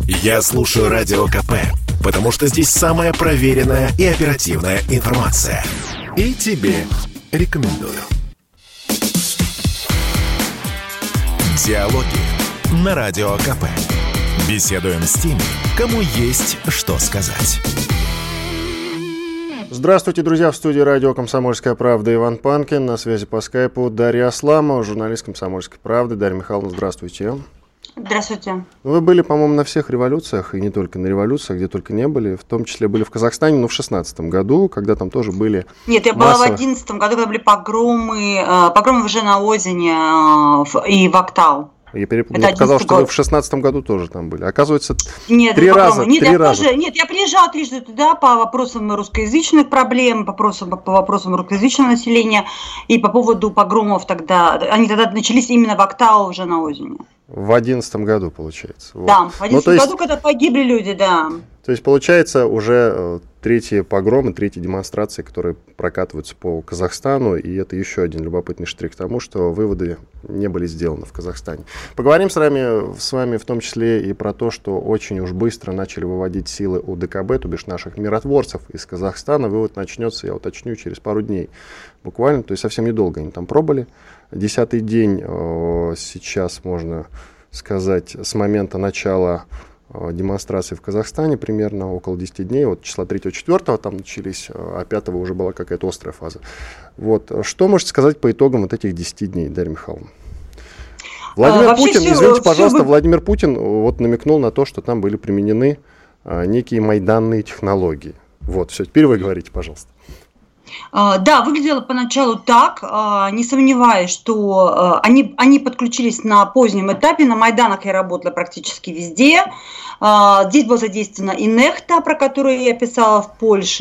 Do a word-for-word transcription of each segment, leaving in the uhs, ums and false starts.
Я слушаю Радио КП, потому что здесь самая проверенная и оперативная информация. И тебе рекомендую. Диалоги на Радио КП. Беседуем с теми, кому есть что сказать. Здравствуйте, друзья, в студии радио «Комсомольская правда» Иван Панкин, на связи по скайпу Дарья Асламова, журналист «Комсомольской правды». Дарья Михайловна, здравствуйте. Здравствуйте. Вы были, по-моему, на всех революциях, и не только на революциях, где только не были, в том числе были в Казахстане, но в шестнадцатом году, когда там тоже были... Нет, я была массово... в одиннадцатом году, когда были погромы, погромы в Женаозене и в Актау. Я переп... Мне показалось, что вы в шестнадцатом году тоже там были. Оказывается, нет, три раза. Нет, три я раза. Тоже, нет, я приезжала трижды туда по вопросам русскоязычных проблем, по вопросам, по вопросам русскоязычного населения и по поводу погромов тогда. Они тогда начались именно в Актау, в Женаозене. В одиннадцатом году, получается. Вот. Да, в одиннадцатом ну, году, есть... когда погибли люди, да. То есть, получается, уже э, третьи погромы, третьи демонстрации, которые прокатываются по Казахстану, и это еще один любопытный штрих к тому, что выводы не были сделаны в Казахстане. Поговорим с вами, с вами в том числе и про то, что очень уж быстро начали выводить силы УДКБ, то бишь наших миротворцев из Казахстана. Вывод начнется, я уточню, через пару дней буквально, то есть совсем недолго они там пробыли. Десятый день э, сейчас, можно сказать, с момента начала демонстрации в Казахстане примерно около десяти дней, вот числа третьего-четвёртого там начались, а пятого уже была какая-то острая фаза. Вот. Что можете сказать по итогам вот этих десяти дней, Дарья Михайловна? Владимир а, Путин, все, извините, пожалуйста, все... Владимир Путин вот намекнул на то, что там были применены а, некие майданные технологии. Вот, все, теперь вы говорите, пожалуйста. Да, выглядело поначалу так, не сомневаюсь, что они, они подключились на позднем этапе, на Майданах я работала практически везде. Здесь была задействована и Нехта, про которую я писала в Польше,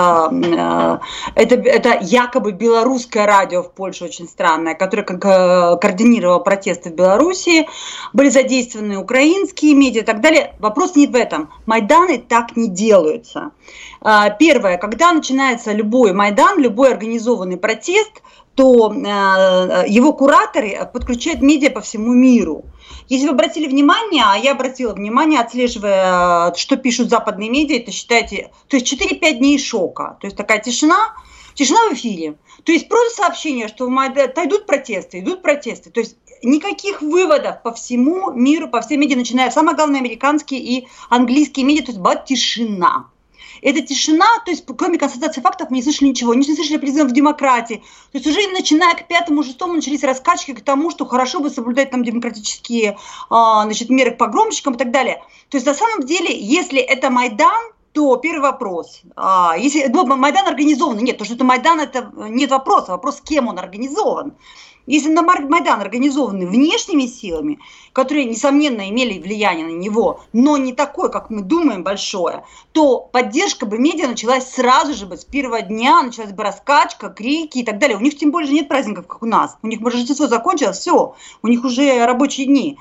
это, это, это якобы белорусское радио в Польше, очень странное, которое координировало протесты в Белоруссии, были задействованы украинские медиа и так далее. Вопрос не в этом, Майданы так не делаются. Первое, когда начинается любой Майдан, любой организованный протест, то э, его кураторы подключают медиа по всему миру. Если вы обратили внимание, а я обратила внимание, отслеживая, что пишут западные медиа, это считайте, то есть четыре-пять дней шока, то есть такая тишина, тишина в эфире. То есть просто сообщение, что в Майдан, идут протесты, идут протесты, то есть никаких выводов по всему миру, по всем медиа, начиная, самое главное, американские и английские медиа, то есть была тишина. Эта тишина, то есть кроме констатации фактов мы не слышали ничего, не слышали призывов к демократии. То есть уже начиная к пятому-шестому начались раскачки к тому, что хорошо бы соблюдать там демократические значит, меры к погромщикам и так далее. То есть на самом деле, если это Майдан, то первый вопрос. Если ну, Майдан организованный, нет, то что это Майдан, это нет вопроса, вопрос, с кем он организован. Если на Майдан организованы внешними силами, которые, несомненно, имели влияние на него, но не такое, как мы думаем, большое, то поддержка бы медиа началась сразу же, бы, с первого дня, началась бы раскачка, крики и так далее. У них тем более же нет праздников, как у нас. У них Рождество закончилось, все, у них уже рабочие дни.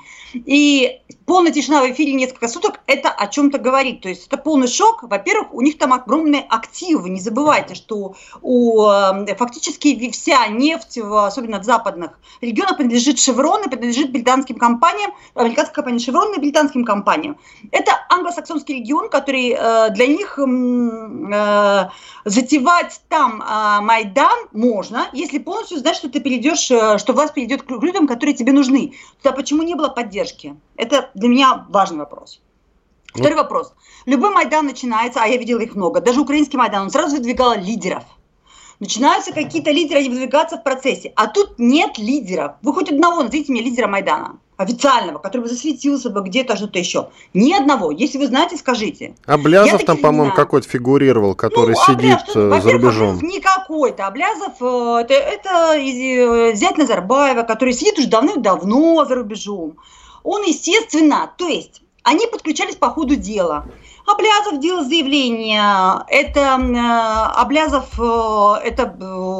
И полная тишина в эфире несколько суток, это о чем-то говорит. То есть это полный шок. Во-первых, у них там огромные активы. Не забывайте, что у, фактически вся нефть, особенно в западных регионах, принадлежит Шеврон и принадлежит британским компаниям, американская компания Шеврон и британским компаниям. Это англосаксонский регион, который э, для них э, затевать там э, Майдан можно, если полностью знаешь, что ты перейдешь, э, что власть перейдет к людям, которые тебе нужны. Тогда почему не было поддержки? Это для меня важный вопрос. Второй ну. вопрос. Любой Майдан начинается, а я видела их много, даже украинский Майдан, он сразу выдвигал лидеров. Начинаются какие-то лидеры, они выдвигаются в процессе. А тут нет лидеров. Вы хоть одного назовите мне лидера Майдана, официального, который бы засветился бы где-то, что-то еще. Ни одного. Если вы знаете, скажите. Аблязов там, по-моему, какой-то фигурировал, который ну, сидит Аблязов, за рубежом. Не какой-то. Аблязов, это, это зять Назарбаева, который сидит уже давным-давно за рубежом. Он, естественно, то есть они подключались по ходу дела. Аблязов делал заявление, это Аблязов, это,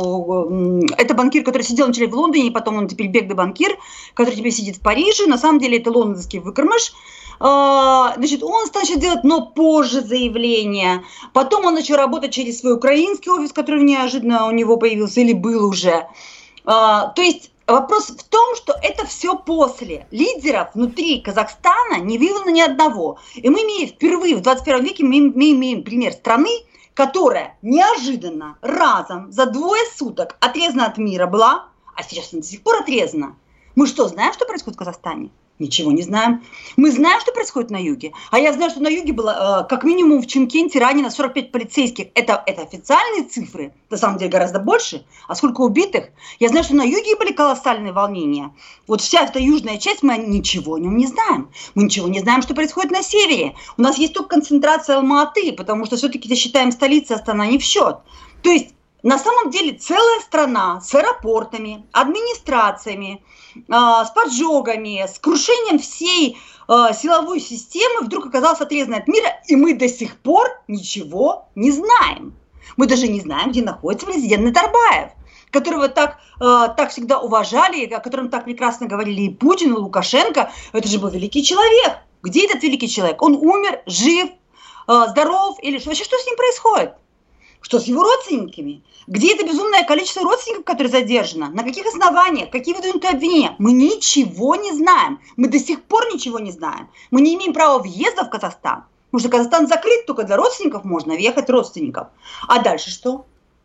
это банкир, который сидел вначале в Лондоне, и потом он теперь беглый банкир, который теперь сидит в Париже, на самом деле это лондонский выкормыш. Значит, он начал делать, но позже заявление, потом он начал работать через свой украинский офис, который неожиданно у него появился или был уже. То есть вопрос в том, что это все после. Лидеров внутри Казахстана не вывело ни одного. И мы имеем впервые в двадцать первом веке, мы, мы имеем пример страны, которая неожиданно, разом, за двое суток отрезана от мира была, а сейчас она до сих пор отрезана. Мы что, знаем, что происходит в Казахстане? Ничего не знаем. Мы знаем, что происходит на юге. А я знаю, что на юге было э, как минимум в Чимкенте ранено сорок пять полицейских. Это, это официальные цифры, на самом деле гораздо больше. А сколько убитых? Я знаю, что на юге были колоссальные волнения. Вот вся эта южная часть, мы ничего о нем не знаем. Мы ничего не знаем, что происходит на севере. У нас есть только концентрация Алма-Аты, потому что все-таки считаем столицей Астана не в счет. То есть на самом деле целая страна с аэропортами, администрациями, э, с поджогами, с крушением всей э, силовой системы вдруг оказалась отрезана от мира, и мы до сих пор ничего не знаем. Мы даже не знаем, где находится президент Назарбаев, которого так, э, так всегда уважали, о котором так прекрасно говорили и Путин, и Лукашенко. Это же был великий человек. Где этот великий человек? Он умер, жив, э, здоров или что? Вообще что с ним происходит? Что с его родственниками? Где это безумное количество родственников, которые задержано? На каких основаниях? Какие выдвинуты обвинения? Мы ничего не знаем. Мы до сих пор ничего не знаем. Мы не имеем права въезда в Казахстан. Потому что Казахстан закрыт, только для родственников можно въехать родственников. А дальше что?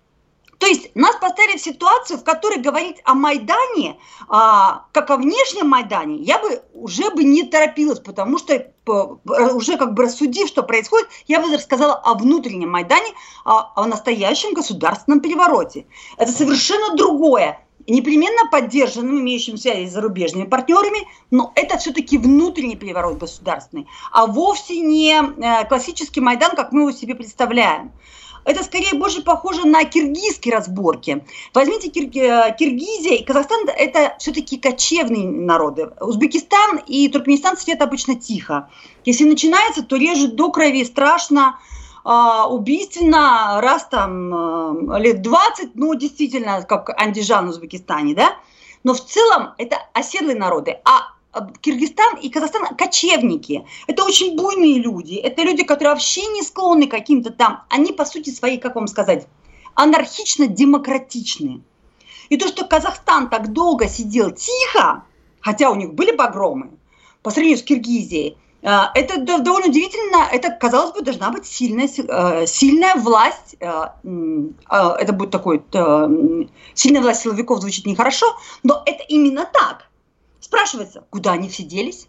То есть нас поставили в ситуацию, в которой говорить о Майдане, а, как о внешнем Майдане, я бы уже бы не торопилась, потому что уже как бы рассудив, что происходит, я бы рассказала о внутреннем Майдане, о, о настоящем государственном перевороте. Это совершенно другое, непременно поддержанным, имеющим связи с зарубежными партнерами, но это все-таки внутренний переворот государственный, а вовсе не классический Майдан, как мы его себе представляем. Это скорее больше похоже на киргизские разборки. Возьмите Кир- Киргизия и Казахстан, это все-таки кочевные народы. Узбекистан и Туркменистан сидят обычно тихо. Если начинается, то режут до крови, страшно, убийственно, раз там лет двадцать, ну действительно, как Андижан в Узбекистане, да? Но в целом это оседлые народы. А Киргизстан и Казахстан – кочевники. Это очень буйные люди. Это люди, которые вообще не склонны к каким-то там… Они, по сути своей, как вам сказать, анархично-демократичные. И то, что Казахстан так долго сидел тихо, хотя у них были погромы, по сравнению с Киргизией, это довольно удивительно. Это, казалось бы, должна быть сильная, сильная власть. Это будет такой… Сильная власть силовиков звучит нехорошо, но это именно так. Спрашивается, куда они все делись?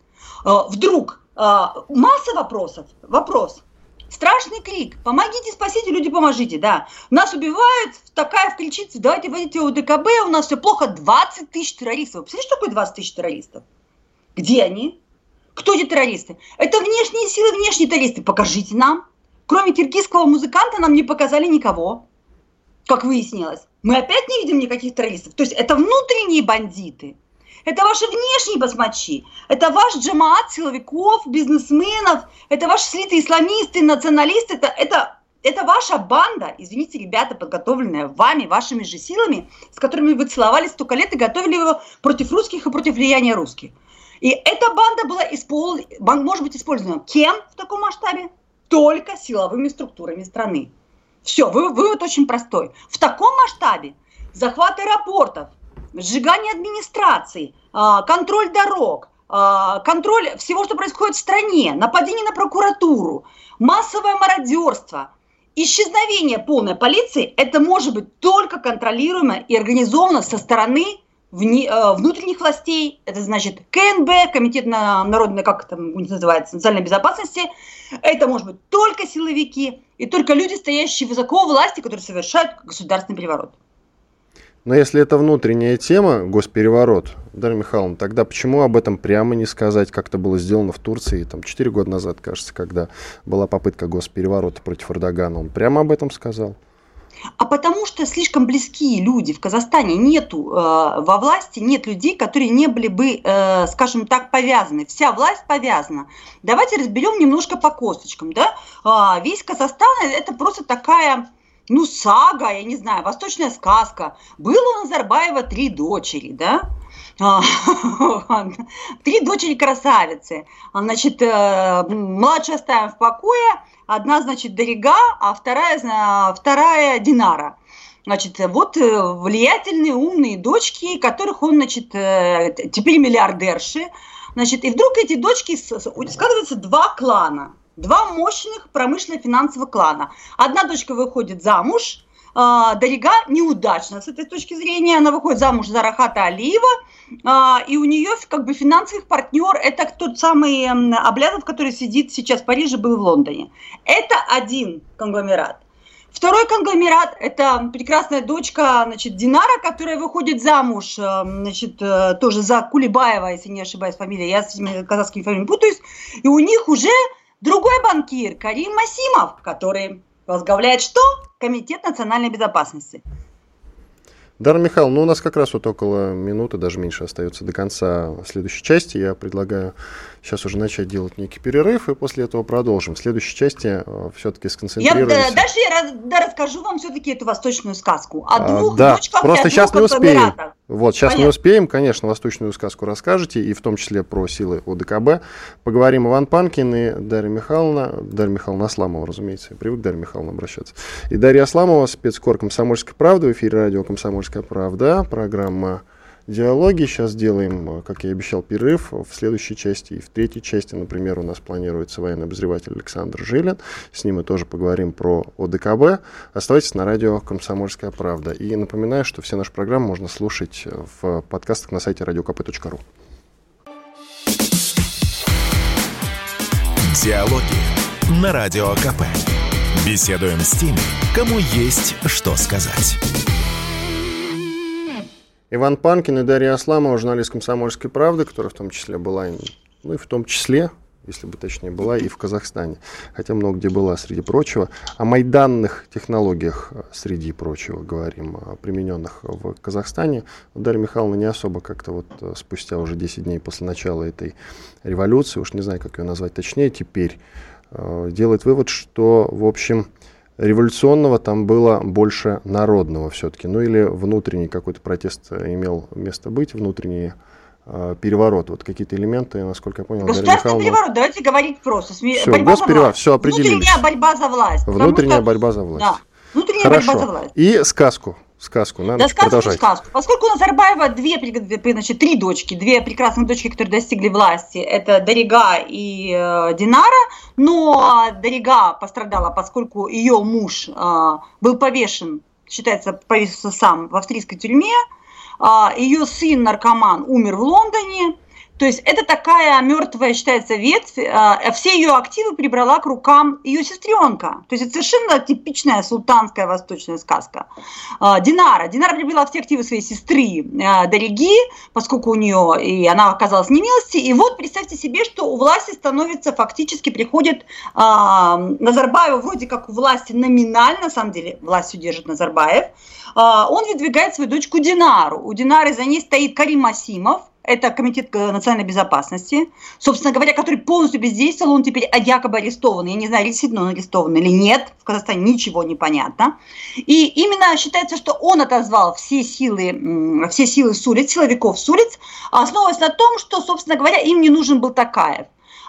Вдруг масса вопросов. Вопрос. Страшный крик. Помогите, спасите, люди, поможите. Да. Нас убивают, такая включится. Давайте вводите ОДКБ, у нас все плохо. двадцать тысяч террористов. Представляете, что такое двадцать тысяч террористов? Где они? Кто эти террористы? Это внешние силы, внешние террористы. Покажите нам. Кроме киргизского музыканта нам не показали никого. Как выяснилось. Мы опять не видим никаких террористов. То есть это внутренние бандиты. Это ваши внешние басмачи, это ваш джамаат силовиков, бизнесменов, это ваши слитые исламисты, националисты, это, это, это ваша банда, извините, ребята, подготовленная вами, вашими же силами, с которыми вы целовались столько лет и готовили его против русских и против влияния русских. И эта банда была испол... может быть использована кем в таком масштабе? Только силовыми структурами страны. Все, вывод очень простой. В таком масштабе захват аэропортов, сжигание администрации, контроль дорог, контроль всего, что происходит в стране, нападение на прокуратуру, массовое мародерство, исчезновение полной полиции, это может быть только контролируемо и организовано со стороны внутренних властей, это значит КНБ, Комитет народной, как это называется, национальной безопасности, это может быть только силовики и только люди, стоящие высоко у власти, которые совершают государственный переворот. Но если это внутренняя тема, госпереворот, Дарья Михайловна, тогда почему об этом прямо не сказать, как это было сделано в Турции, там, четыре года назад, кажется, когда была попытка госпереворота против Эрдогана, он прямо об этом сказал? А потому что слишком близкие люди в Казахстане нету, э, во власти нет людей, которые не были бы, э, скажем так, повязаны. Вся власть повязана. Давайте разберем немножко по косточкам, да? Э, весь Казахстан – это просто такая… Ну, сага, я не знаю, восточная сказка. Было у Назарбаева три дочери, да? Три дочери красавицы. Значит, младшая оставим в покое, одна, значит, Дарига, а вторая, вторая Динара. Значит, вот влиятельные, умные дочки, которых он, значит, теперь миллиардерши. Значит, и вдруг эти дочки, складываются два клана, два мощных промышленно-финансовых клана. Одна дочка выходит замуж, Дарига неудачно с этой точки зрения, она выходит замуж за Рахата Алиева, и у нее как бы финансовый партнер, это тот самый Аблязов, который сидит сейчас в Париже, был в Лондоне. Это один конгломерат. Второй конгломерат – это прекрасная дочка, значит, Динара, которая выходит замуж, значит, тоже за Кулебаева, если не ошибаюсь, фамилия, я с этими казахскими фамилиями путаюсь, и у них уже другой банкир, Карим Масимов, который возглавляет что? Комитет национальной безопасности. Дара Михайловна, ну у нас как раз вот около минуты, даже меньше остается до конца следующей части. Я предлагаю сейчас уже начать делать некий перерыв, и после этого продолжим. В следующей части э, все-таки сконцентрируемся. Я, дальше я да, расскажу вам все-таки эту восточную сказку о двух а, да, дочках просто и сейчас двух не успеем. конгломератах. Вот, сейчас Понятно. не успеем, конечно, восточную сказку расскажете, и в том числе про силы ОДКБ. Поговорим Иван Панкин и Дарья Михайловна, Дарья Михайловна Асламова, разумеется, я привык к Дарье Михайловне обращаться. И Дарья Асламова, спецкор «Комсомольской правды», в эфире радио «Комсомольская правда», программа «Диалоги». Сейчас делаем, как я и обещал, перерыв в следующей части. И в третьей части, например, у нас планируется военный обозреватель Александр Жилин. С ним мы тоже поговорим про ОДКБ. Оставайтесь на радио «Комсомольская правда». И напоминаю, что все наши программы можно слушать в подкастах на сайте радио ка пэ точка ру. Диалоги на Радио КП. Беседуем с теми, кому есть что сказать. Иван Панкин и Дарья Асламова, журналист «Комсомольской правды», которая в том числе была, ну и в том числе, если бы точнее, была и в Казахстане, хотя много где была, среди прочего. О майданных технологиях, среди прочего, говорим, примененных в Казахстане. Дарья Михайловна не особо как-то вот спустя уже десять дней после начала этой революции, уж не знаю, как ее назвать точнее, теперь делает вывод, что, в общем, революционного там было больше народного все-таки. Ну или внутренний какой-то протест имел место быть, внутренний э, переворот. Вот какие-то элементы, насколько я понял. Государственный Михайловна... переворот, давайте говорить просто. Все, борьба госпереворот, за все определились. Внутренняя борьба за власть. Внутренняя что... борьба за власть. Да. Внутренняя Хорошо. борьба за власть. И сказку. Сказку, надо да, сказку, продолжать. сказку. Поскольку у Назарбаева две, значит, три дочки, две прекрасных дочки, которые достигли власти, это Дарига и э, Динара, но Дарига пострадала, поскольку ее муж э, был повешен, считается, повесился сам в австрийской тюрьме, э, ее сын наркоман умер в Лондоне. То есть это такая мертвая, считается, ветвь, а все ее активы прибрала к рукам ее сестренка. То есть это совершенно типичная султанская восточная сказка. Динара. Динара прибрала все активы своей сестры Дариги, поскольку у нее, и она оказалась в немилости. И вот представьте себе, что у власти становится, фактически приходит Назарбаев, вроде как у власти номинально, на самом деле власть удержит Назарбаев, он выдвигает свою дочку Динару. У Динары за ней стоит Карим Масимов. Это Комитет национальной безопасности, собственно говоря, который полностью бездействовал, он теперь якобы арестован. Я не знаю, действительно он арестован или нет, в Казахстане ничего не понятно. И именно считается, что он отозвал все силы, все силы с улиц, силовиков с улиц, основываясь на том, что, собственно говоря, им не нужен был Токаев.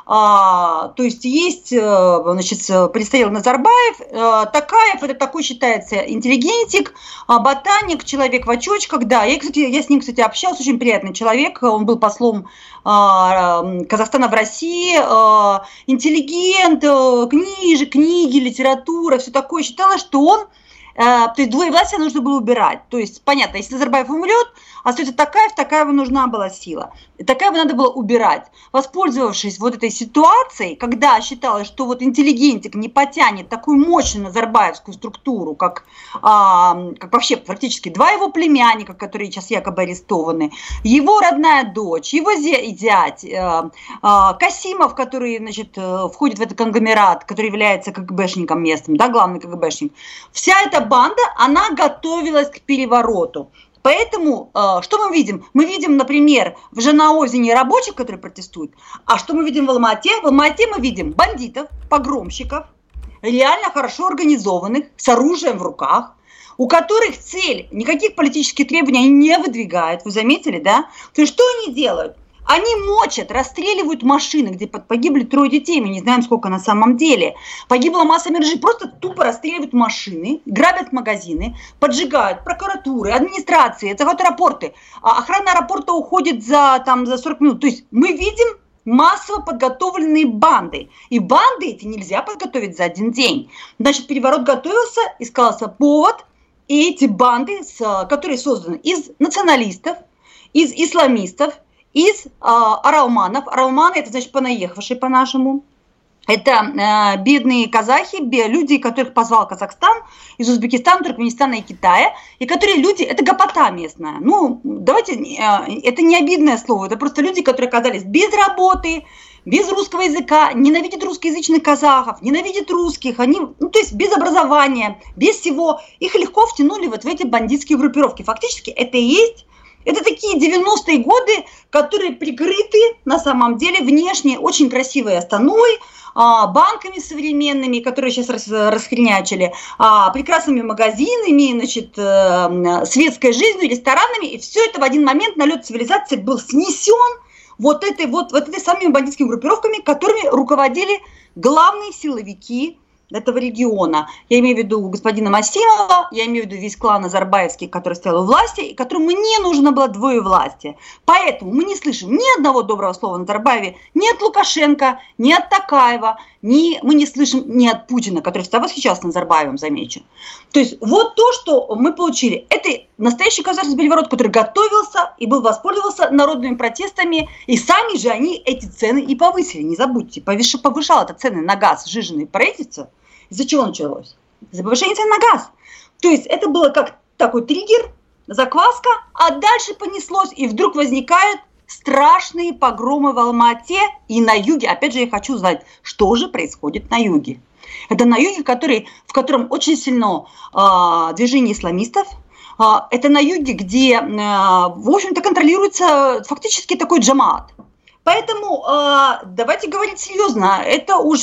А, то есть есть, значит, престарелый Назарбаев, Токаев, это такой считается интеллигентик, ботаник, человек в очочках, да, я, кстати, я с ним, кстати, общался, очень приятный человек, он был послом а, Казахстана в России, а, интеллигент, книжи, книги, литература, все такое, считала, что он, а, то есть двоевластие нужно было убирать, то есть, понятно, если Назарбаев умрет, остается Токаев, Токаеву нужна была сила. Токаева надо было убирать. Воспользовавшись вот этой ситуацией, когда считалось, что вот интеллигентик не потянет такую мощную назарбаевскую структуру, как, а, как вообще практически два его племянника, которые сейчас якобы арестованы, его родная дочь, его зять, а, а, Касимов, который, значит, входит в этот конгломерат, который является КГБшником местным, да, главный КГБшник. Вся эта банда, она готовилась к перевороту. Поэтому э, что мы видим? Мы видим, например, в Жанаозене рабочих, которые протестуют, а что мы видим в Алма-Ате? В Алма-Ате мы видим бандитов, погромщиков, реально хорошо организованных, с оружием в руках, у которых цель, никаких политических требований они не выдвигают, вы заметили, да? То есть что они делают? Они мочат, расстреливают машины, где погибли трое детей, мы не знаем, сколько на самом деле. Погибла масса миржи, просто тупо расстреливают машины, грабят магазины, поджигают прокуратуры, администрации, это вот аэропорты. Охрана аэропорта уходит за, там, за сорок минут. То есть мы видим массово подготовленные банды. И банды эти нельзя подготовить за один день. Значит, переворот готовился, искался повод, и эти банды, которые созданы из националистов, из исламистов, из э, оралманов. Оралманы – это, значит, понаехавшие по-нашему. Это э, бедные казахи, бе, люди, которых позвал Казахстан из Узбекистана, Туркменистана и Китая. И которые люди – это гопота местная. Ну, давайте, э, это не обидное слово. Это просто люди, которые оказались без работы, без русского языка, ненавидят русскоязычных казахов, ненавидят русских. Они, ну, то есть без образования, без всего. Их легко втянули вот в эти бандитские группировки. Фактически это и есть. Это такие девяностые годы, которые прикрыты на самом деле внешне очень красивой Астаной, банками современными, которые сейчас расхренячили, прекрасными магазинами, значит, светской жизнью, ресторанами. И все это в один момент налет цивилизации был снесен вот этой, вот, вот этой самыми бандитскими группировками, которыми руководили главные силовики этого региона. Я имею в виду господина Масимова, я имею в виду весь клан Назарбаевский, который стоял у власти, и которому не нужно было двое власти. Поэтому мы не слышим ни одного доброго слова о Назарбаеве, ни от Лукашенко, ни от Токаева, ни, мы не слышим ни от Путина, который всегда восхищался Назарбаевым, замечу. То есть вот то, что мы получили, это настоящий государственный переворот, который готовился и был воспользовался народными протестами, и сами же они эти цены и повысили, не забудьте, повышало это цены на газ, сжиженное правительство. Из-за чего началось? Из-за повышения цен на газ. То есть это было как такой триггер, закваска, а дальше понеслось, и вдруг возникают страшные погромы в Алма-Ате и на юге. Опять же, я хочу знать, что же происходит на юге. Это на юге, который, в котором очень сильно э, движение исламистов. Э, это на юге, где, э, в общем-то, контролируется фактически такой джамаат. Поэтому э, давайте говорить серьезно, это уже,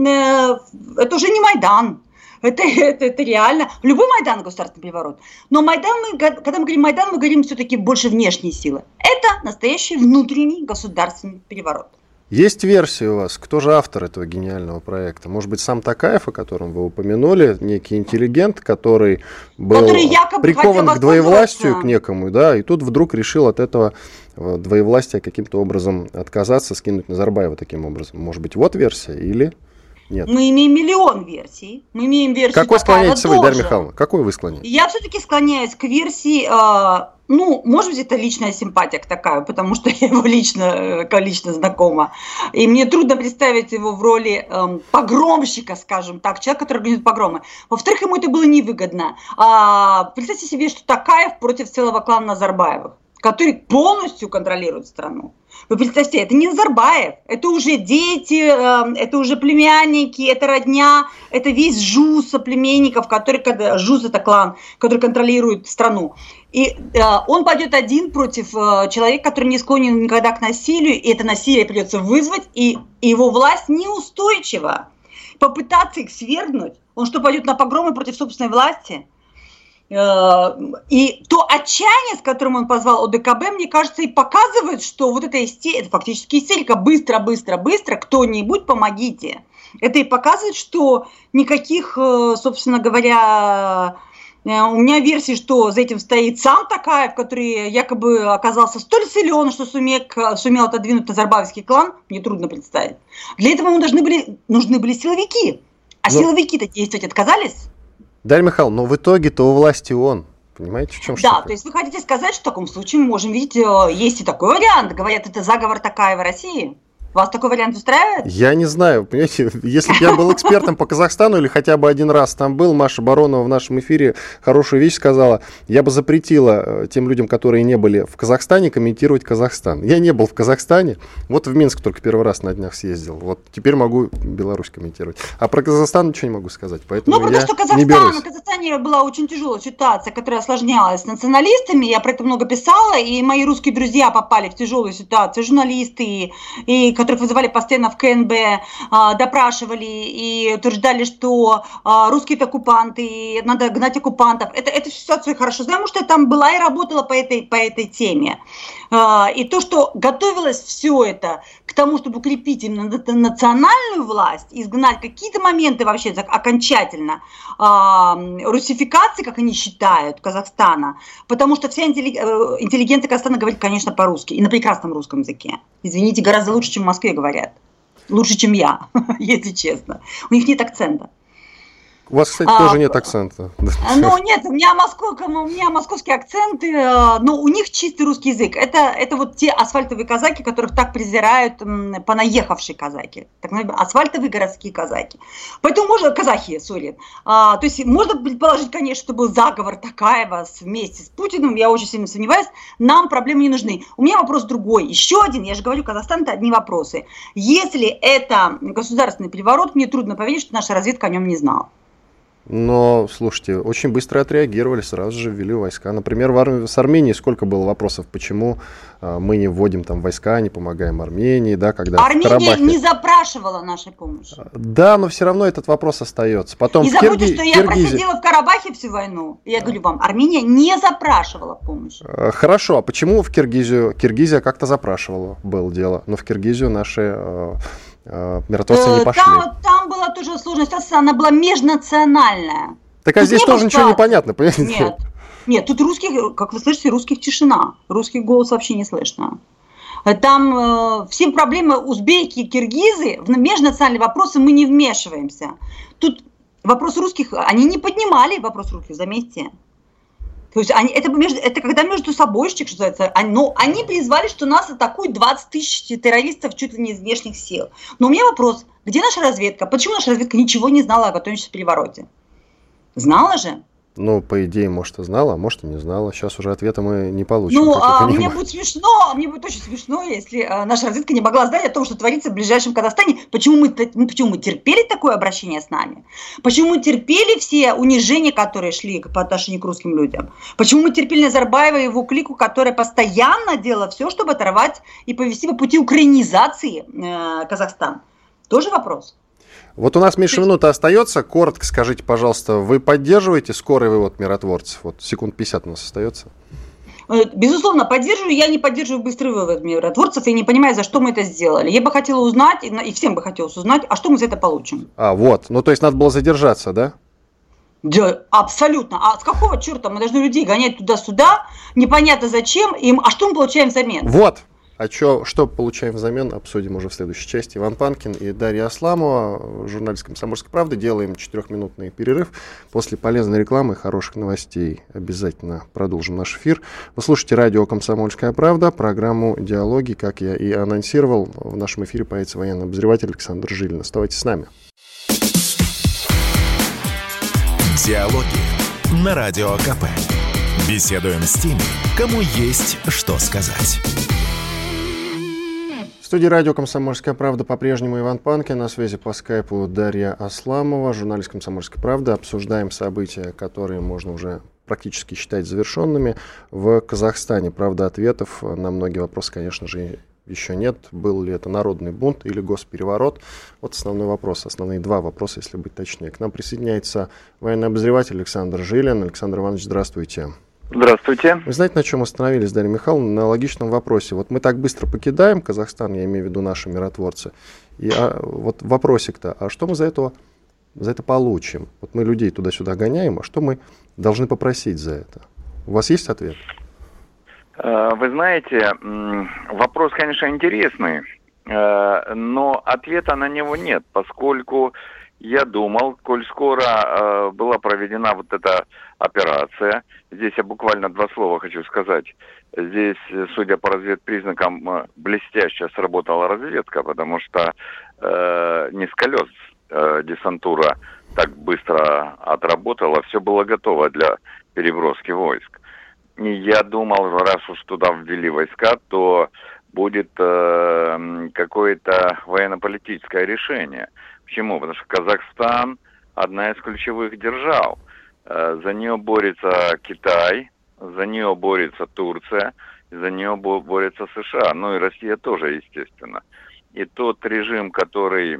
э, это уже не Майдан, это, это, это реально, любой Майдан государственный переворот, но Майдан, мы, когда мы говорим Майдан, мы говорим все-таки больше внешней силы, это настоящий внутренний государственный переворот. Есть версия у вас, кто же автор этого гениального проекта? Может быть, сам Токаев, о котором вы упомянули, некий интеллигент, который был который прикован к двоевластию, к некому, да, и тут вдруг решил от этого двоевластия каким-то образом отказаться, скинуть Назарбаева таким образом. Может быть, вот версия или нет? Мы имеем миллион версий. Мы имеем версию Какой склоняетесь вы, Дарья Михайловна? Какой вы склоняетесь? Я все-таки склоняюсь к версии, э, ну, может быть, это личная симпатия к Токаеву, потому что я его лично, лично знакома. И мне трудно представить его в роли э, погромщика, скажем так, человека, который организует погромы. Во-вторых, ему это было невыгодно. А, представьте себе, что Токаев против целого клана Назарбаевых, который полностью контролирует страну. Вы представьте, это не Назарбаев, это уже дети, это уже племянники, это родня, это весь жуз соплеменников, который, жуз это клан, который контролирует страну. И он пойдет один против человека, который не склонен никогда к насилию, и это насилие придется вызвать, и его власть неустойчива. Попытаться их свергнуть, он что, пойдет на погромы против собственной власти? И то отчаяние, с которым он позвал О Дэ Ка Бэ, мне кажется, и показывает, что вот эта истерика, это фактически истерика, быстро, быстро, быстро, кто-нибудь помогите. Это и показывает, что никаких, собственно говоря, у меня версии, что за этим стоит сам Токаев, который якобы оказался столь силен, что сумел, сумел отодвинуть Назарбаевский клан, мне трудно представить. Для этого ему должны были, нужны были силовики, а но... силовики-то действовать отказались. Дарья Михайловна, но в итоге-то у власти он. Понимаете, в чем да, штука? То есть вы хотите сказать, что в таком случае мы можем видеть, есть и такой вариант. Говорят, это заговор Токаева России. Вас такой вариант устраивает? Я не знаю, понимаете, если бы я был экспертом по Казахстану или хотя бы один раз там был, Маша Баронова в нашем эфире хорошую вещь сказала, я бы запретила тем людям, которые не были в Казахстане, комментировать Казахстан. Я не был в Казахстане, вот в Минск только первый раз на днях съездил, вот теперь могу Беларусь комментировать. А про Казахстан ничего не могу сказать, поэтому ну, я что Казахстан, не берусь. В Казахстане была очень тяжелая ситуация, которая осложнялась с националистами, я про это много писала, и мои русские друзья попали в тяжелую ситуацию, журналисты, и, и которых вызывали постоянно в ка эн бэ, допрашивали и утверждали, что русские это оккупанты, и надо гнать оккупантов. Это, эту ситуацию я хорошо знаю, потому что я там была и работала по этой, по этой теме. И то, что готовилось все это к тому, чтобы укрепить именно национальную власть, изгнать какие-то моменты вообще окончательно русификации, как они считают, Казахстана, потому что вся интеллигенция Казахстана говорит, конечно, по-русски и на прекрасном русском языке. Извините, гораздо лучше, чем в Москве говорят. Лучше, чем я, если честно. У них нет акцента. У вас, кстати, а, тоже нет акцента. Ну, нет, у меня, москов, у меня московские акценты, но у них чистый русский язык. Это, это вот те асфальтовые казаки, которых так презирают понаехавшие казаки. Так называемые асфальтовые городские казаки. Поэтому можно, казахи, сори. А, то есть можно предположить, конечно, что был заговор Токаева вместе с Путиным, я очень сильно сомневаюсь, нам проблемы не нужны. У меня вопрос другой. Еще один, я же говорю, Казахстан – это одни вопросы. Если это государственный переворот, мне трудно поверить, что наша разведка о нем не знала. Но, слушайте, очень быстро отреагировали, сразу же ввели войска. Например, в Ар... с Арменией сколько было вопросов, почему а, мы не вводим там войска, не помогаем Армении, да, когда Армения в Карабахе... не запрашивала нашей помощи. Да, но все равно этот вопрос остается. Потом не забудьте, Кирги... что я Киргиз... просидела в Карабахе всю войну. Я говорю вам, Армения не запрашивала помощи. Хорошо, а почему в Киргизию? Киргизия как-то запрашивала, было дело, но в Киргизию наши... миротворцы не пошли. Там, там была тоже сложная ситуация, она была межнациональная. Так а тут здесь тоже ничего не понятно, понимаете? Нет, нет, тут русских, как вы слышите, русских тишина, русских голос вообще не слышно. Там э, все проблемы узбеки, киргизы, в межнациональные вопросы мы не вмешиваемся. Тут вопрос русских, они не поднимали вопрос русских, заметьте. То есть они, это, между, это когда между собойщик, что называется, они, но они призвали, что нас атакуют двадцать тысяч террористов чуть ли не из внешних сил. Но у меня вопрос, где наша разведка? Почему наша разведка ничего не знала о готовящемся перевороте? Знала же? Ну, по идее, может, и знала, а может, и не знала. Сейчас уже ответа мы не получим. Ну, а мне будет смешно, мне будет очень смешно, если а, наша разведка не могла знать о том, что творится в ближайшем Казахстане. Почему мы, почему мы терпели такое обращение с нами? Почему мы терпели все унижения, которые шли по отношению к русским людям? Почему мы терпели Назарбаева и его клику, которая постоянно делала все, чтобы оторвать и повести по пути украинизации э, Казахстан? Тоже вопрос. Вот у нас меньше минуты остается. Коротко скажите, пожалуйста, вы поддерживаете скорый вывод миротворцев? Вот секунд пятьдесят у нас остается. Безусловно, поддерживаю. Я не поддерживаю быстрый вывод миротворцев и не понимаю, за что мы это сделали. Я бы хотела узнать, и всем бы хотелось узнать, а что мы за это получим. А, вот. Ну, то есть надо было задержаться, да? Да, абсолютно. А с какого черта мы должны людей гонять туда-сюда? Непонятно зачем им. А что мы получаем взамен? Вот. А чё, что получаем взамен, обсудим уже в следующей части. Иван Панкин и Дарья Асламова, журналист «Комсомольской правды». Делаем четырехминутный перерыв. После полезной рекламы и хороших новостей обязательно продолжим наш эфир. Вы слушаете радио «Комсомольская правда», программу «Диалоги». Как я и анонсировал, в нашем эфире появится военный обозреватель Александр Жилин. Оставайтесь с нами. Диалоги на Радио КП. Беседуем с теми, кому есть что сказать. В студии радио «Комсомольская правда» по-прежнему Иван Панкин, на связи по скайпу Дарья Асламова, журналист «Комсомольской правды». Обсуждаем события, которые можно уже практически считать завершенными в Казахстане. Правда, ответов на многие вопросы, конечно же, еще нет. Был ли это народный бунт или госпереворот? Вот основной вопрос, основные два вопроса, если быть точнее. К нам присоединяется военный обозреватель Александр Жилин. Александр Иванович, здравствуйте. Здравствуйте. Вы знаете, на чем остановились, Дарья Михайловна? На логичном вопросе. Вот мы так быстро покидаем Казахстан, я имею в виду наши миротворцы. И а, вот вопросик-то, а что мы за это, за это получим? Вот мы людей туда-сюда гоняем, а что мы должны попросить за это? У вас есть ответ? Вы знаете, вопрос, конечно, интересный, но ответа на него нет, поскольку я думал, коль скоро была проведена вот эта операция, здесь я буквально два слова хочу сказать. Здесь, судя по разведпризнакам, блестяще сработала разведка, потому что э, не с колес э, десантура так быстро отработала, все было готово для переброски войск. И я думал, раз уж туда ввели войска, то будет э, какое-то военно-политическое решение. Почему? Потому что Казахстан одна из ключевых держав. За нее борется Китай, за нее борется Турция, за нее борется США, ну и Россия тоже, естественно. и тот режим, который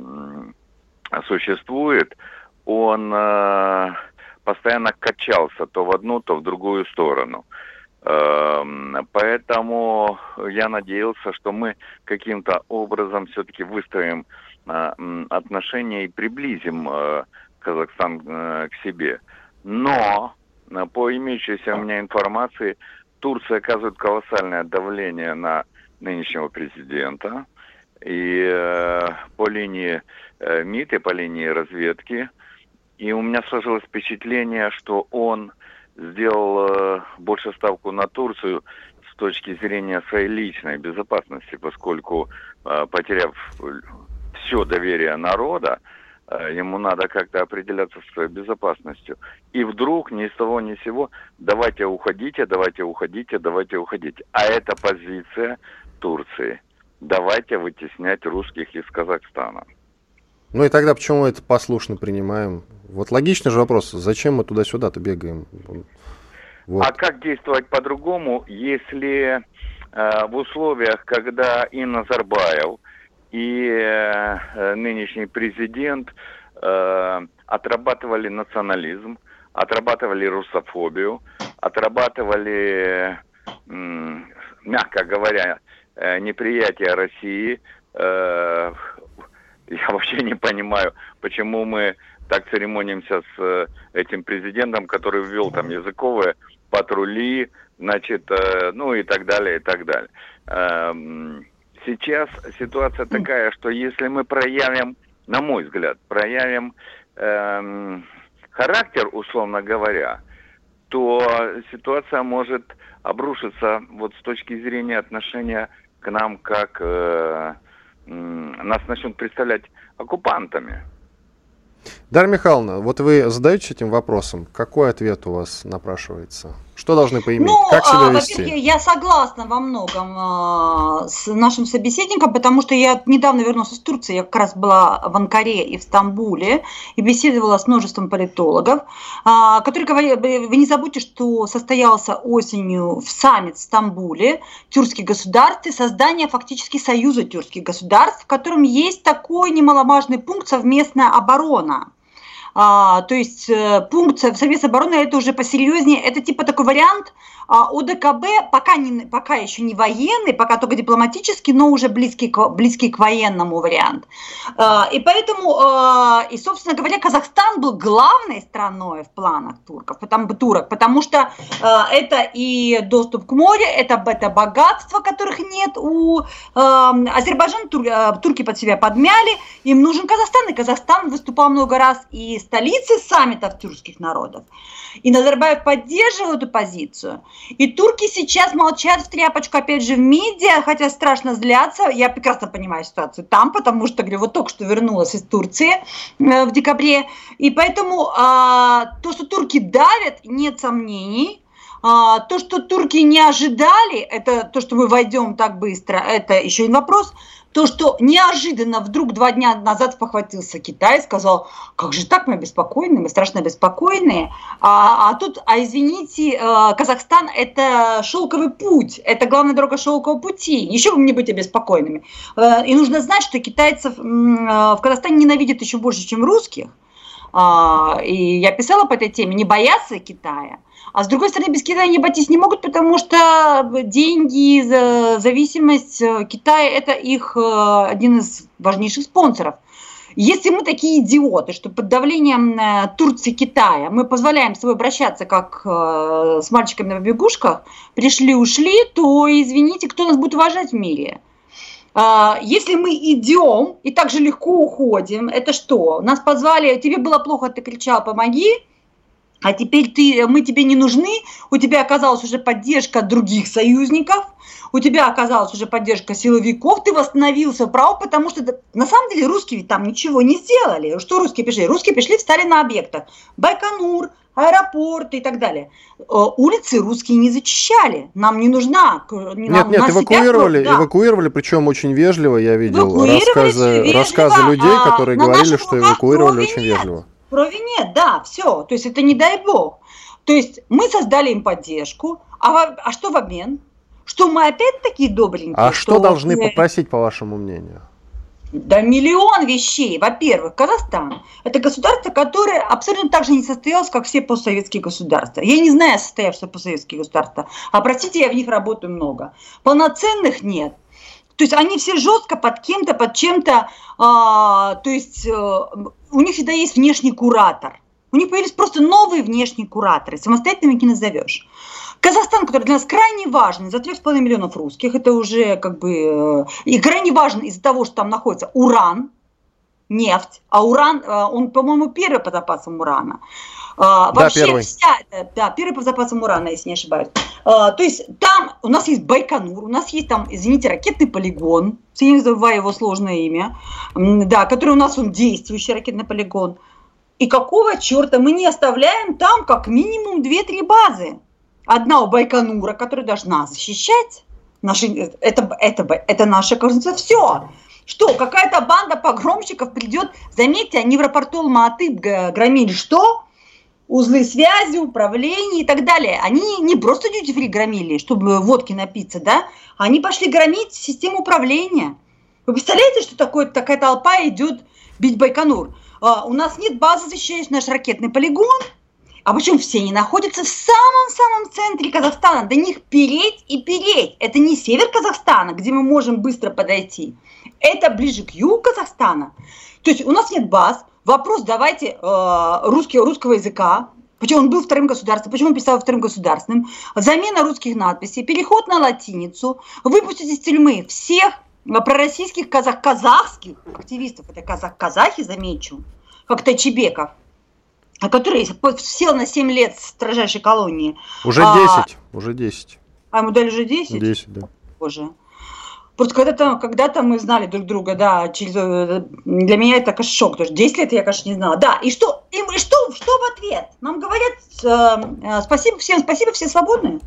существует, он э, постоянно качался то в одну, то в другую сторону. Э, поэтому я надеялся, что мы каким-то образом все-таки выстроим э, отношения и приблизим э, Казахстан э, к себе. Но э, по имеющейся у меня информации, Турция оказывает колоссальное давление на нынешнего президента. И э, по линии э, МИД и по линии разведки. И у меня сложилось впечатление, что он сделал э, больше ставку на Турцию с точки зрения своей личной безопасности, поскольку, э, потеряв все доверие народа, э, ему надо как-то определяться со своей безопасностью. И вдруг ни с того ни с сего давайте уходите, давайте уходите, давайте уходите. А это позиция Турции. Давайте вытеснять русских из Казахстана. Ну и тогда почему мы это послушно принимаем? Вот логичный же вопрос, зачем мы туда-сюда-то бегаем? Вот. А как действовать по-другому, если э, в условиях, когда и Назарбаев, и э, нынешний президент э, отрабатывали национализм, отрабатывали русофобию, отрабатывали, э, мягко говоря, неприятие России. Я вообще не понимаю, почему мы так церемонимся с этим президентом, который ввел там языковые патрули, значит, ну и так далее, и так далее. Сейчас ситуация такая, что если мы проявим, на мой взгляд, проявим характер, условно говоря, то ситуация может обрушиться вот с точки зрения отношения к нам, как э, э, нас начнут представлять оккупантами. Дарья Михайловна, вот вы задаетесь этим вопросом, какой ответ у вас напрашивается? Что должны поиметь? Ну, как себя а, вести? Во-первых, я согласна во многом а, с нашим собеседником, потому что я недавно вернулась из Турции, я как раз была в Анкаре и в Стамбуле, и беседовала с множеством политологов, а, которые говорили, вы не забудьте, что состоялся осенью в саммит в Стамбуле тюркских государств и создание фактически союза тюркских государств, в котором есть такой немаловажный пункт совместная оборона. А, то есть пункт совместной обороны это уже посерьезнее, это типа такой вариант а, ОДКБ, пока, не, пока еще не военный, пока только дипломатический, но уже близкий к, близкий к военному вариант. А, и поэтому, а, и собственно говоря, Казахстан был главной страной в планах турков, потому, турок, потому что а, это и доступ к морю, это, это богатства, которых нет у а, Азербайджана, тур, а, турки под себя подмяли, им нужен Казахстан, и Казахстан выступал много раз и столицы саммитов тюркских народов. И Назарбаев поддерживал эту позицию. И турки сейчас молчат в тряпочку, опять же, в медиа, хотя страшно злятся. Я прекрасно понимаю ситуацию там, потому что, говорю, вот только что вернулась из Турции э, в декабре. И поэтому э, то, что турки давят, нет сомнений. Э, то, что турки не ожидали, это то, что мы войдем так быстро, это еще один вопрос. То, что неожиданно вдруг два дня назад спохватился Китай, сказал, как же так, мы обеспокоены, мы страшно обеспокоены. А, а тут, а извините, Казахстан – это шелковый путь, это главная дорога шелкового пути. Еще бы мне быть обеспокоенными. И нужно знать, что китайцев в Казахстане ненавидят еще больше, чем русских. И я писала по этой теме, не боятся Китая. А с другой стороны, без Китая не обойтись не могут, потому что деньги, зависимость Китая – это их один из важнейших спонсоров. Если мы такие идиоты, что под давлением Турции, Китая мы позволяем с собой обращаться, как с мальчиками на побегушках, пришли-ушли, то, извините, кто нас будет уважать в мире? Если мы идем и так же легко уходим, это что? Нас позвали, тебе было плохо, ты кричал «помоги», а теперь ты, мы тебе не нужны, у тебя оказалась уже поддержка других союзников, у тебя оказалась уже поддержка силовиков, ты восстановился право, потому что на самом деле русские там ничего не сделали. Что русские пришли? Русские пришли, встали на объектах. Байконур, аэропорты и так далее. Улицы русские не зачищали. Нам не нужна. Нет, нам, нет, эвакуировали, себя, да. эвакуировали, причем очень вежливо. Я видел рассказы, вежливо, рассказы людей, а, которые говорили, что эвакуировали очень нет. вежливо. Крови нет, да, все. То есть это не дай бог. То есть мы создали им поддержку, а, а что в обмен? Что мы опять такие добренькие? А что, что должны мы... попросить, по вашему мнению? Да миллион вещей. Во-первых, Казахстан – это государство, которое абсолютно так же не состоялось, как все постсоветские государства. Я не знаю состоявшихся постсоветские государства, а простите, я в них работаю много. Полноценных нет. То есть они все жестко под кем-то, под чем-то, а, то есть а, у них всегда есть внешний куратор. У них появились просто новые внешние кураторы, самостоятельно их не назовешь. Казахстан, который для нас крайне важен, за трех с половиной миллионов русских, это уже как бы, и крайне важен из-за того, что там находится уран, нефть, а уран, он, по-моему, первый по запасам урана. Да, вообще первый. Вся, да, первый по запасам урана, если не ошибаюсь. То есть там у нас есть Байконур, у нас есть там, извините, ракетный полигон, я не забываю его сложное имя, да, который у нас он действующий ракетный полигон. И какого черта мы не оставляем там как минимум две-три базы? Одна у Байконура, которая должна защищать. Наши, это, это, это наше, кажется, все. Что, какая-то банда погромщиков придет, заметьте, они в аэропорту Алма-Аты громили что? Узлы связи, управление и так далее. Они не просто дьюти-фри громили, чтобы водки напиться, да? Они пошли громить систему управления. Вы представляете, что такое, такая толпа идет бить Байконур? А, у нас нет базы, защищающей наш ракетный полигон. А почему все они находятся в самом-самом центре Казахстана? До них переть и переть. Это не север Казахстана, где мы можем быстро подойти. Это ближе к югу Казахстана. То есть у нас нет баз. Вопрос давайте э, русский, русского языка. Почему он был вторым государством? Почему он писал вторым государственным? Замена русских надписей, переход на латиницу, выпустить из тюрьмы всех пророссийских казах, казахских активистов. Это казах-казахи, замечу, как Тайчебеков, который сел на семь лет в строжайшей колонии. Уже десять, а, уже десять. А ему дали уже десять? десять, да. Боже. Просто когда-то, когда-то мы знали друг друга, да, через, для меня это, конечно, шок, потому что десять лет я, конечно, не знала. Да, и что, и, и что, что в ответ? Нам говорят, э, спасибо всем, спасибо, все свободные.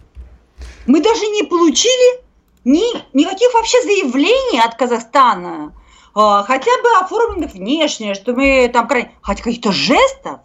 Мы даже не получили ни, никаких вообще заявлений от Казахстана, хотя бы оформленных внешне, что мы там, хотя каких-то жестов.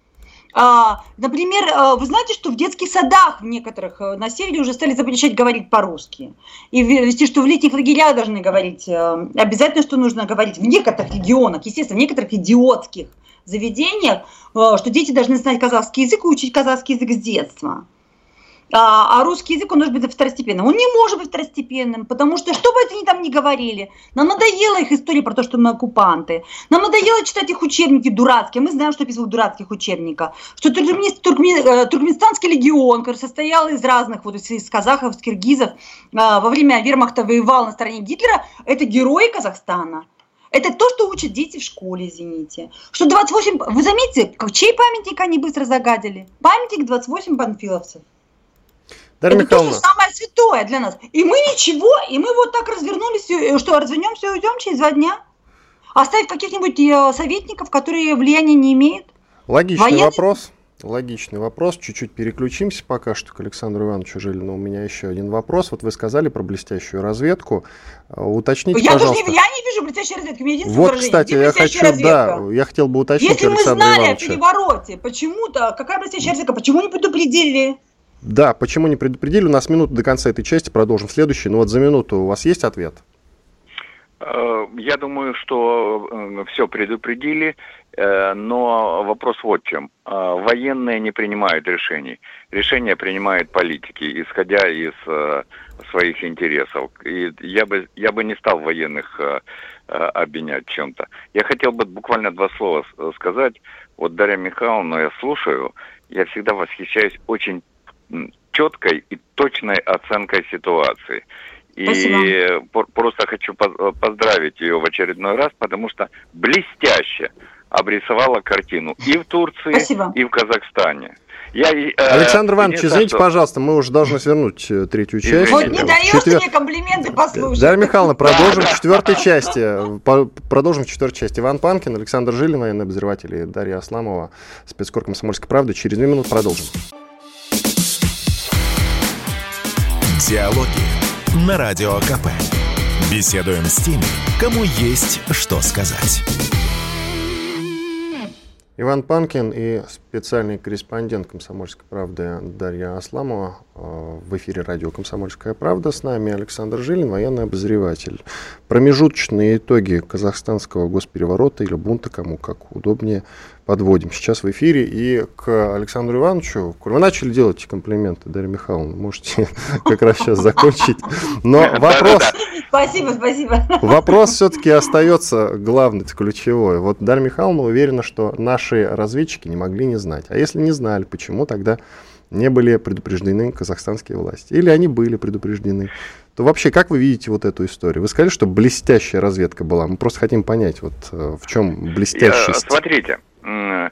Например, вы знаете, что в детских садах в некоторых на севере уже стали запрещать говорить по-русски. И вести, что в летних лагерях должны говорить, обязательно, что нужно говорить в некоторых регионах, естественно, в некоторых идиотских заведениях, что дети должны знать казахский язык и учить казахский язык с детства. А, а русский язык, он может быть второстепенным. Он не может быть второстепенным, потому что, что бы это ни там ни говорили, нам надоело их история про то, что мы оккупанты. Нам надоело читать их учебники дурацкие. Мы знаем, что писал в дурацких учебниках. Что туркмен, туркмен, Туркменстанский легион, который состоял из разных, вот из казахов, из киргизов, во время вермахта воевал на стороне Гитлера, это герои Казахстана. Это то, что учат дети в школе, извините. Что двадцать восемь... Вы заметите, чей памятник они быстро загадили? Памятник двадцать восемь панфиловцев. Дарья это Михайловна. то, что самое святое для нас. И мы ничего, и мы вот так развернулись, что развернемся и уйдем через два дня. Оставить каких-нибудь советников, которые влияния не имеют. Логичный Военный... вопрос. Логичный вопрос. Чуть-чуть переключимся пока что к Александру Ивановичу Жилину. У меня еще один вопрос. Вот вы сказали про блестящую разведку. Уточните, я пожалуйста. Даже не, я не вижу блестящей разведки. У меня единственное вот, выражение. кстати, я хочу, разведка? да, я хотел бы уточнить Если Александра мы знали Ивановича. о перевороте, почему-то, какая блестящая разведка, почему не предупредили? Да, почему не предупредили? У нас минута до конца этой части, продолжим в следующей. Но вот за минуту у вас есть ответ? Я думаю, что все предупредили, но вопрос вот в чем. Военные не принимают решений. Решения принимают политики, исходя из своих интересов. И я бы, я бы не стал военных обвинять в чем-то. Я хотел бы буквально два слова сказать. Вот Дарья Михайловна, я слушаю, я всегда восхищаюсь очень четкой и точной оценкой ситуации. И Спасибо. Просто хочу поздравить ее в очередной раз, потому что блестяще обрисовала картину и в Турции, Спасибо. И в Казахстане. Я, Александр э, Иванович, извините, что... пожалуйста, мы уже должны свернуть третью часть. Вот не даешь Четвер... мне комплименты послушать. Дарья Михайловна, продолжим в четвертой части. Продолжим в четвертой части. Иван Панкин, Александр Жилин, военный обозреватель, и Дарья Асламова, спецкор «Комсомольской правды». Через две минуты продолжим. Диалоги на Радио КП. Беседуем с теми, кому есть что сказать. Иван Панкин и специальный корреспондент «Комсомольской правды» Дарья Асламова В эфире радио «Комсомольская правда». С нами Александр Жилин, военный обозреватель. Промежуточные итоги казахстанского госпереворота или бунта, кому как удобнее, подводим сейчас в эфире. И к Александру Ивановичу, вы начали делать комплименты, Дарья Михайловна, можете как раз сейчас закончить. Но вопрос... Спасибо, спасибо. Вопрос все-таки остается главный, ключевой. Вот Дарья Михайловна уверена, что наши разведчики не могли не знать. А если не знали, почему тогда не были предупреждены казахстанские власти? Или они были предупреждены? То вообще, как вы видите вот эту историю? Вы сказали, что блестящая разведка была. Мы просто хотим понять, вот в чем блестящесть. Смотрите, на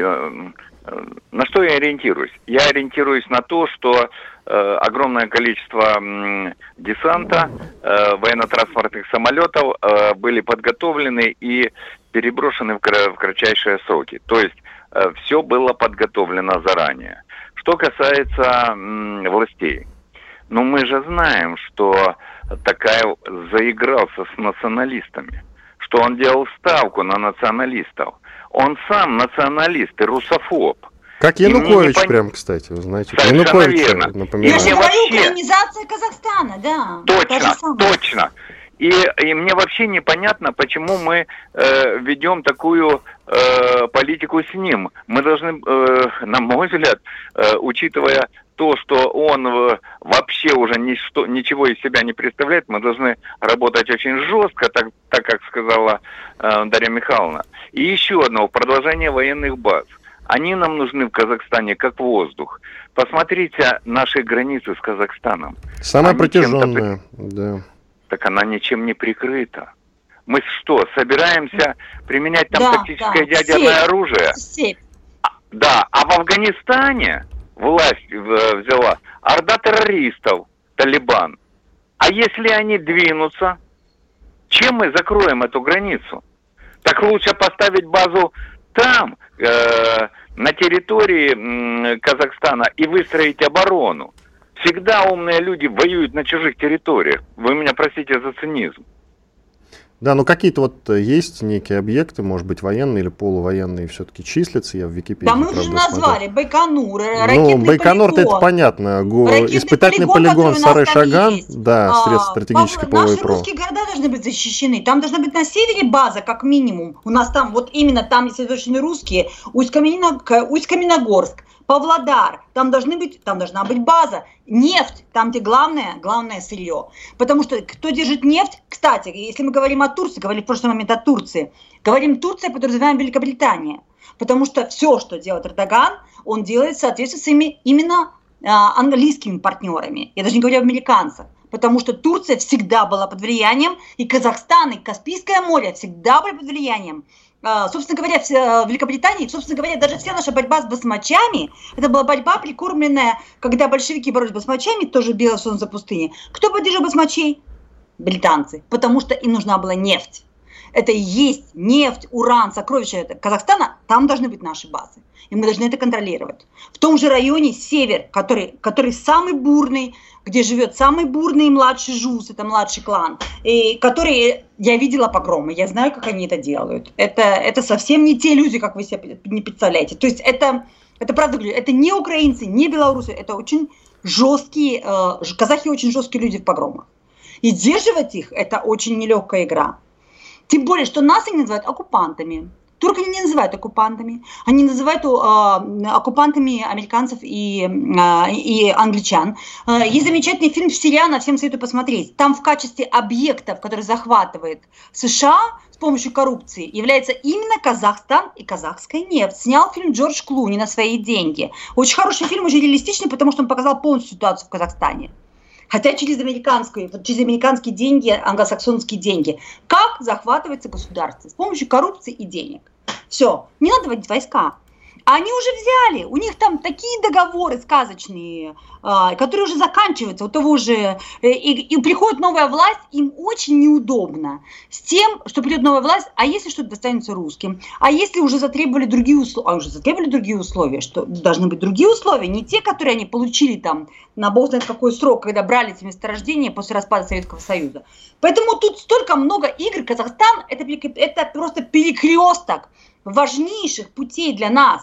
что я ориентируюсь? Я ориентируюсь на то, что э, огромное количество э, десанта, э, военно-транспортных самолетов э, были подготовлены и переброшены в, кра- в кратчайшие сроки. То есть э, все было подготовлено заранее. Что касается м, властей, ну мы же знаем, что Такаев заигрался с националистами, что он делал ставку на националистов. Он сам националист и русофоб. Как Янукович, пон... прям, кстати, вы знаете. Совершенно верно. Я же говорю, вообще... украинизация Казахстана, да. Точно, точно. И, и мне вообще непонятно, почему мы э, ведем такую э, политику с ним. Мы должны, э, на мой взгляд, э, учитывая то, что он э, вообще уже ничто, ничего из себя не представляет, мы должны работать очень жестко, так, так как сказала э, Дарья Михайловна. И еще одно, продолжение военных баз. Они нам нужны в Казахстане как воздух. Посмотрите наши границы с Казахстаном. Самая Они протяженная, да. Так она ничем не прикрыта. Мы что, собираемся применять там да, тактическое да, ядерное сеть, оружие? Сеть. Да, а в Афганистане власть взяла орда террористов, Талибан. А если они двинутся, чем мы закроем эту границу? Так лучше поставить базу там, э, на территории э, Казахстана и выстроить оборону. Всегда умные люди воюют на чужих территориях. Вы меня простите за цинизм. Да, ну какие-то вот есть некие объекты, может быть, военные или полувоенные, все-таки числятся, я в Википедии. Да мы уже назвали, Байконур, ракетный Ну, Байконур-то полигон. Это понятно, Го... испытательный полигон, полигон Сары-Шаган, да, а, средства стратегической ПВО. Наши русские города должны быть защищены, там должна быть на севере база, как минимум. У нас там, вот именно там, если точно русские, Усть-Каменогорск, Павлодар, там, должны быть, там должна быть база. Нефть, там где главное, главное сырье. Потому что кто держит нефть, кстати, если мы говорим о Турции, говорили в прошлый момент о Турции, говорим Турция, подразумеваем Великобритания. Потому что все, что делает Эрдоган, он делает в соответствии с ими именно а, английскими партнерами. Я даже не говорю об американцах. Потому что Турция всегда была под влиянием, и Казахстан, и Каспийское море всегда были под влиянием. Собственно говоря, в Великобритании, собственно говоря, даже вся наша борьба с басмачами, это была борьба прикормленная, когда большевики боролись с басмачами, тоже белое солнце пустыни. Кто поддержал басмачей? Британцы, потому что им нужна была нефть. Это и есть нефть, уран, сокровища Казахстана, там должны быть наши базы. И мы должны это контролировать. В том же районе север, который, который самый бурный, где живет самый бурный младший ЖУС, это младший клан, и который, я видела погромы, я знаю, как они это делают. Это, это совсем не те люди, как вы себе не представляете. То есть это, это правда, это не украинцы, не белорусы, это очень жесткие, э, казахи очень жесткие люди в погромах. И сдерживать их, это очень нелегкая игра. Тем более, что нас они называют оккупантами. Турки не называют оккупантами, они называют э, оккупантами американцев и, э, и англичан. Э, есть замечательный фильм «Сириана», всем советую посмотреть. Там в качестве объектов, которые захватывает США с помощью коррупции, является именно Казахстан и казахская нефть. Снял фильм Джордж Клуни на свои деньги. Очень хороший фильм, очень реалистичный, потому что он показал полностью ситуацию в Казахстане. Хотя через американские, через американские деньги, англосаксонские деньги. Как захватывается государство? С помощью коррупции и денег. Все, не надо вводить войска. Они уже взяли, у них там такие договоры сказочные, которые уже заканчиваются, у того же, и, и приходит новая власть, им очень неудобно с тем, что придет новая власть, а если что-то достанется русским, а если уже затребовали другие условия, а уже затребовали другие условия, что должны быть другие условия, не те, которые они получили там на бог знает какой срок, когда брали эти месторождения после распада Советского Союза. Поэтому тут столько много игр. Казахстан это, это просто перекресток важнейших путей для нас.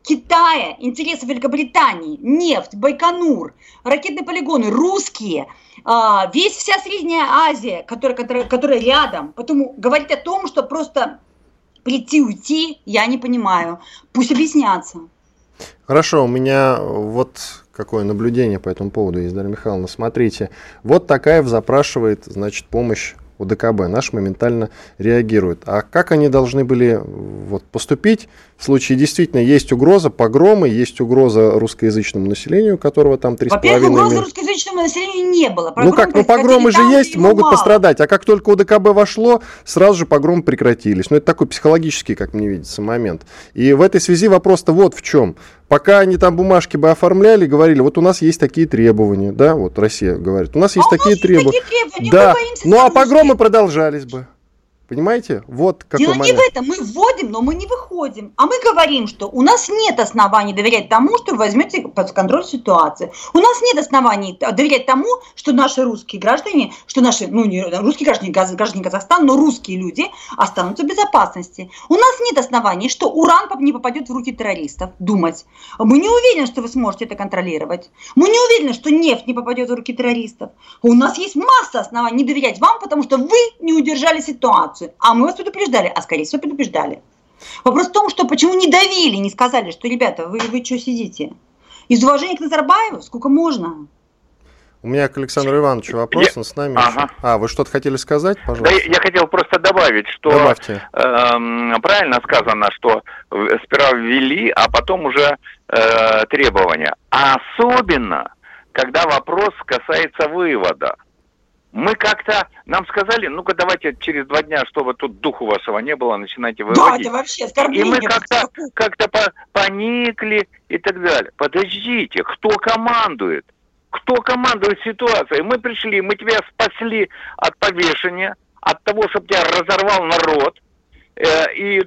Китая, интересы Великобритании, нефть, Байконур, ракетные полигоны, русские, весь вся Средняя Азия, которая, которая, которая рядом. Поэтому говорить о том, что просто прийти, уйти, я не понимаю. Пусть объяснятся. Хорошо, у меня вот какое наблюдение по этому поводу есть, Дарья Михайловна. Смотрите, вот Токаев запрашивает, значит, помощь у ДКБ, наш моментально реагирует. А как они должны были вот поступить в случае действительно есть угроза погромы, есть угроза русскоязычному населению, которого там три с половиной миллиона? Во-первых, угрозы миллиона. русскоязычному населению не было. Ну как, ну погромы же есть, могут мало. пострадать. А как только у ДКБ вошло, сразу же погромы прекратились. Ну это такой психологический, как мне видится, момент. И в этой связи вопрос-то вот в чем. Пока они там бумажки бы оформляли, говорили, вот у нас есть такие требования, да, вот Россия говорит, у нас есть а такие у нас требования. Есть такие требования. Да, ну а погромы продолжались бы. Понимаете? Вот какой Дело момент. не в этом. Мы вводим, но мы не выходим. А мы говорим, что у нас нет оснований доверять тому, что вы возьмете под контроль ситуацию. У нас нет оснований доверять тому, что наши русские граждане, что наши, ну не русские граждане, граждане Казахстана, но русские люди останутся в безопасности. У нас нет оснований, что уран не попадет в руки террористов. Думать. Мы не уверены, что вы сможете это контролировать. Мы не уверены, что нефть не попадет в руки террористов. У нас есть масса оснований не доверять вам, потому что вы не удержали ситуацию. А мы вас предупреждали, а скорее всего предупреждали. Вопрос в том, что почему не давили, не сказали, что, ребята, вы, вы что сидите? Из уважения к Назарбаеву? Сколько можно? У меня к Александру Ивановичу вопрос, он с нами ага. еще. А, вы что-то хотели сказать, пожалуйста? Да, я хотел просто добавить, что э, правильно сказано, что сперва ввели, а потом уже э, требования. А особенно, когда вопрос касается вывода. Мы как-то, нам сказали, ну-ка давайте через два дня, чтобы тут духу вашего не было, начинайте выводить. Да, это вообще оскорбление. И мы как-то, как-то по, поникли и так далее. Подождите, кто командует? Кто командует ситуацией? Мы пришли, мы тебя спасли от повешения, от того, чтобы тебя разорвал народ, э, и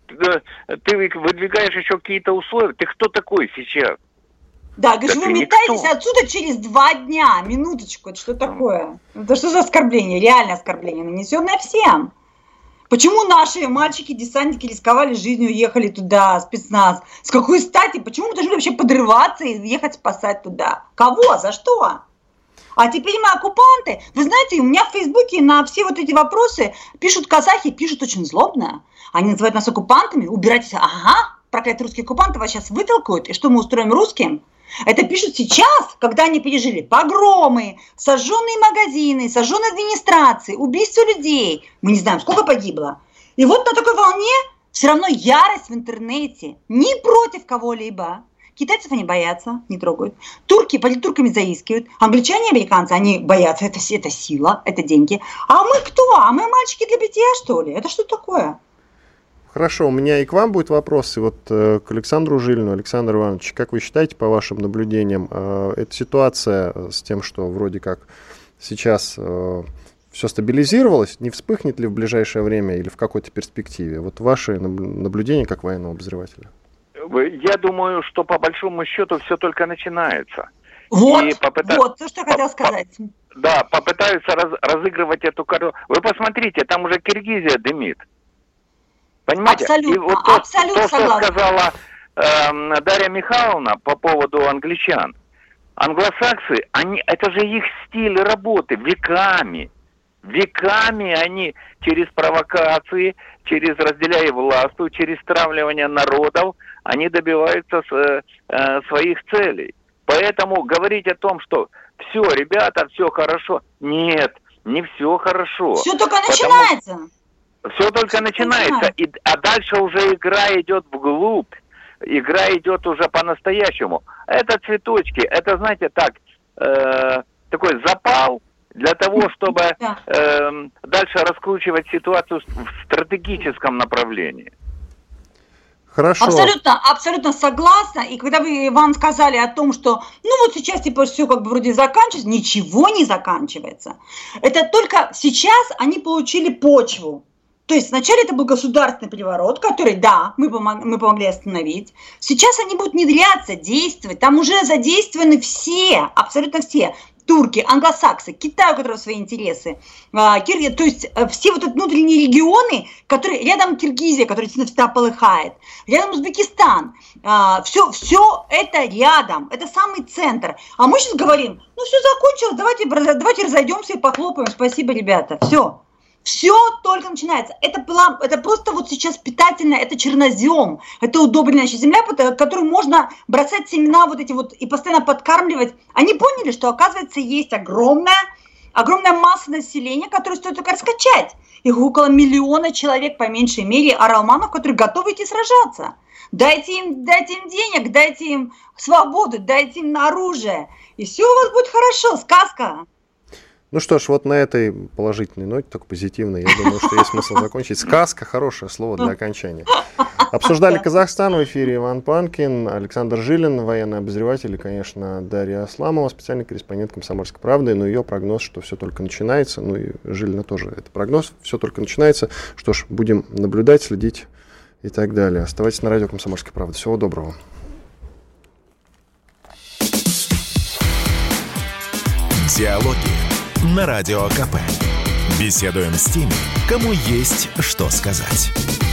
э, ты выдвигаешь еще какие-то условия. Ты кто такой сейчас? Да, говоришь, вы метаетесь отсюда через два дня. Минуточку, это что такое? Это что за оскорбление? Реальное оскорбление, нанесенное всем. Почему наши мальчики-десантники рисковали жизнью, уехали туда, спецназ? С какой стати? Почему мы должны вообще подрываться и ехать спасать туда? Кого? За что? А теперь мы оккупанты. Вы знаете, у меня в Фейсбуке на все вот эти вопросы пишут казахи, пишут очень злобно. Они называют нас оккупантами. Убирайтесь. Ага, проклятые русские оккупанты вас сейчас вытолкают. И что мы устроим русским? Это пишут сейчас, когда они пережили погромы, сожженные магазины, сожженные администрации, убийство людей. Мы не знаем, сколько погибло. И вот на такой волне все равно ярость в интернете. Не против кого-либо. Китайцев они боятся, не трогают. Турки перед турками заискивают. Англичане и американцы, они боятся. Это, это сила, это деньги. А мы кто? А мы мальчики для битья, что ли? Это что такое? Хорошо, у меня и к вам будет вопрос, и вот э, к Александру Жилину. Александр Иванович, как вы считаете, по вашим наблюдениям, э, эта ситуация с тем, что вроде как сейчас э, все стабилизировалось, не вспыхнет ли в ближайшее время или в какой-то перспективе? Вот ваши наблюдения как военного обозревателя. Я думаю, что по большому счету все только начинается. Вот, и попыта... вот то, что я хотел сказать. Да, попытаются раз... разыгрывать эту карту. Вы посмотрите, там уже Киргизия дымит. Понимаете? Абсолютно, и вот абсолютно то, то что сказала э, Дарья Михайловна по поводу англичан. Англосаксы, они, это же их стиль работы веками. Веками они через провокации, через разделяя власть, через стравливание народов, они добиваются с, э, своих целей. Поэтому говорить о том, что все, ребята, все хорошо, нет, не все хорошо. Все только потому... начинается. Все только Все начинается, и, а дальше уже игра идет вглубь, игра идет уже по-настоящему. Это цветочки, это, знаете, так, э, такой запал для того, чтобы э, дальше раскручивать ситуацию в стратегическом направлении. Хорошо. Абсолютно, абсолютно согласна. И когда вы, вам сказали о том, что ну вот сейчас типа все как бы вроде заканчивается, ничего не заканчивается. Это только сейчас они получили почву. То есть вначале это был государственный переворот, который, да, мы, помог, мы помогли остановить. Сейчас они будут внедряться, действовать. Там уже задействованы все, абсолютно все. турки, англосаксы, Китай, у которого свои интересы, Кир... то есть все вот эти внутренние регионы, которые рядом Киргизия, которая всегда полыхает, рядом Узбекистан, все, все это рядом, это самый центр. А мы сейчас говорим, ну все закончилось, давайте, давайте разойдемся и похлопаем, спасибо, ребята, все. Все только начинается. Это, была, это просто вот сейчас питательно, это чернозем, это удобренная земля, которую можно бросать семена вот эти вот и постоянно подкармливать. Они поняли, что, оказывается, есть огромная, огромная масса населения, которую стоит только раскачать. Их около миллиона человек, по меньшей мере, оралманов, которые готовы идти сражаться. Дайте им, дайте им денег, дайте им свободу, дайте им оружие. И все у вас будет хорошо, сказка. Ну что ж, вот на этой положительной ноте, только позитивной, я думаю, что есть смысл закончить. Сказка – хорошее слово для окончания. Обсуждали Казахстан, в эфире Иван Панкин, Александр Жилин, военный обозреватель, и, конечно, Дарья Асламова, специальный корреспондент «Комсомольской правды», но ее прогноз, что все только начинается, ну и Жилина тоже это прогноз, все только начинается. Что ж, будем наблюдать, следить и так далее. Оставайтесь на радио «Комсомольская правда». Всего доброго. Диалоги на Радио КП. Беседуем с теми, кому есть что сказать.